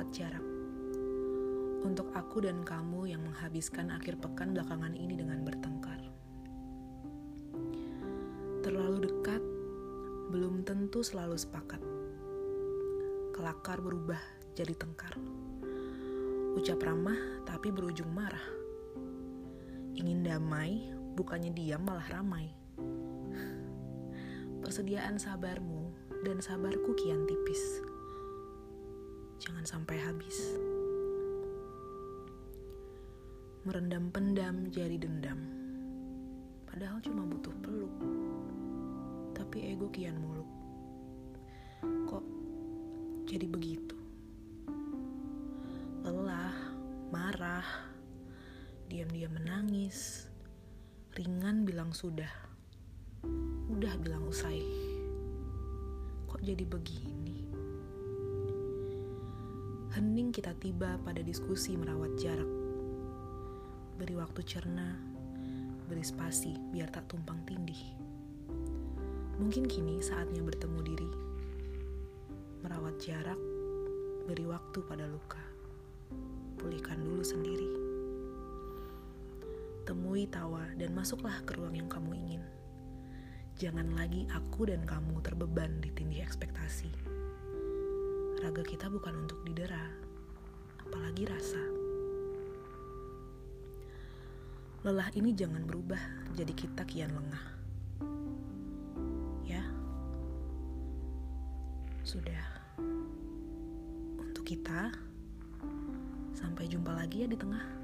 merawat jarak. Untuk aku dan kamu yang menghabiskan akhir pekan belakangan ini dengan bertengkar. Terlalu dekat, belum tentu selalu sepakat. Kelakar berubah jadi tengkar. Ucap ramah tapi berujung marah. Ingin damai, bukannya diam malah ramai. Persediaan sabarmu dan sabarku kian tipis. Jangan sampai habis. Merendam pendam jadi dendam. Padahal cuma butuh peluk. Tapi ego kian muluk. Kok jadi begitu? Lelah, marah, diam-diam menangis, ringan bilang sudah, udah bilang usai. Kok jadi begini? Hening kita tiba pada diskusi merawat jarak. Beri waktu cerna, beri spasi biar tak tumpang tindih. Mungkin kini saatnya bertemu diri. Merawat jarak, beri waktu pada luka. Pulihkan dulu sendiri. Temui tawa dan masuklah ke ruang yang kamu ingin. Jangan lagi aku dan kamu terbeban ditindih ekspektasi. Raga kita bukan untuk didera, apalagi rasa. Lelah ini jangan berubah jadi kita kian lengah. Ya, sudah. Untuk kita, sampai jumpa lagi ya di tengah.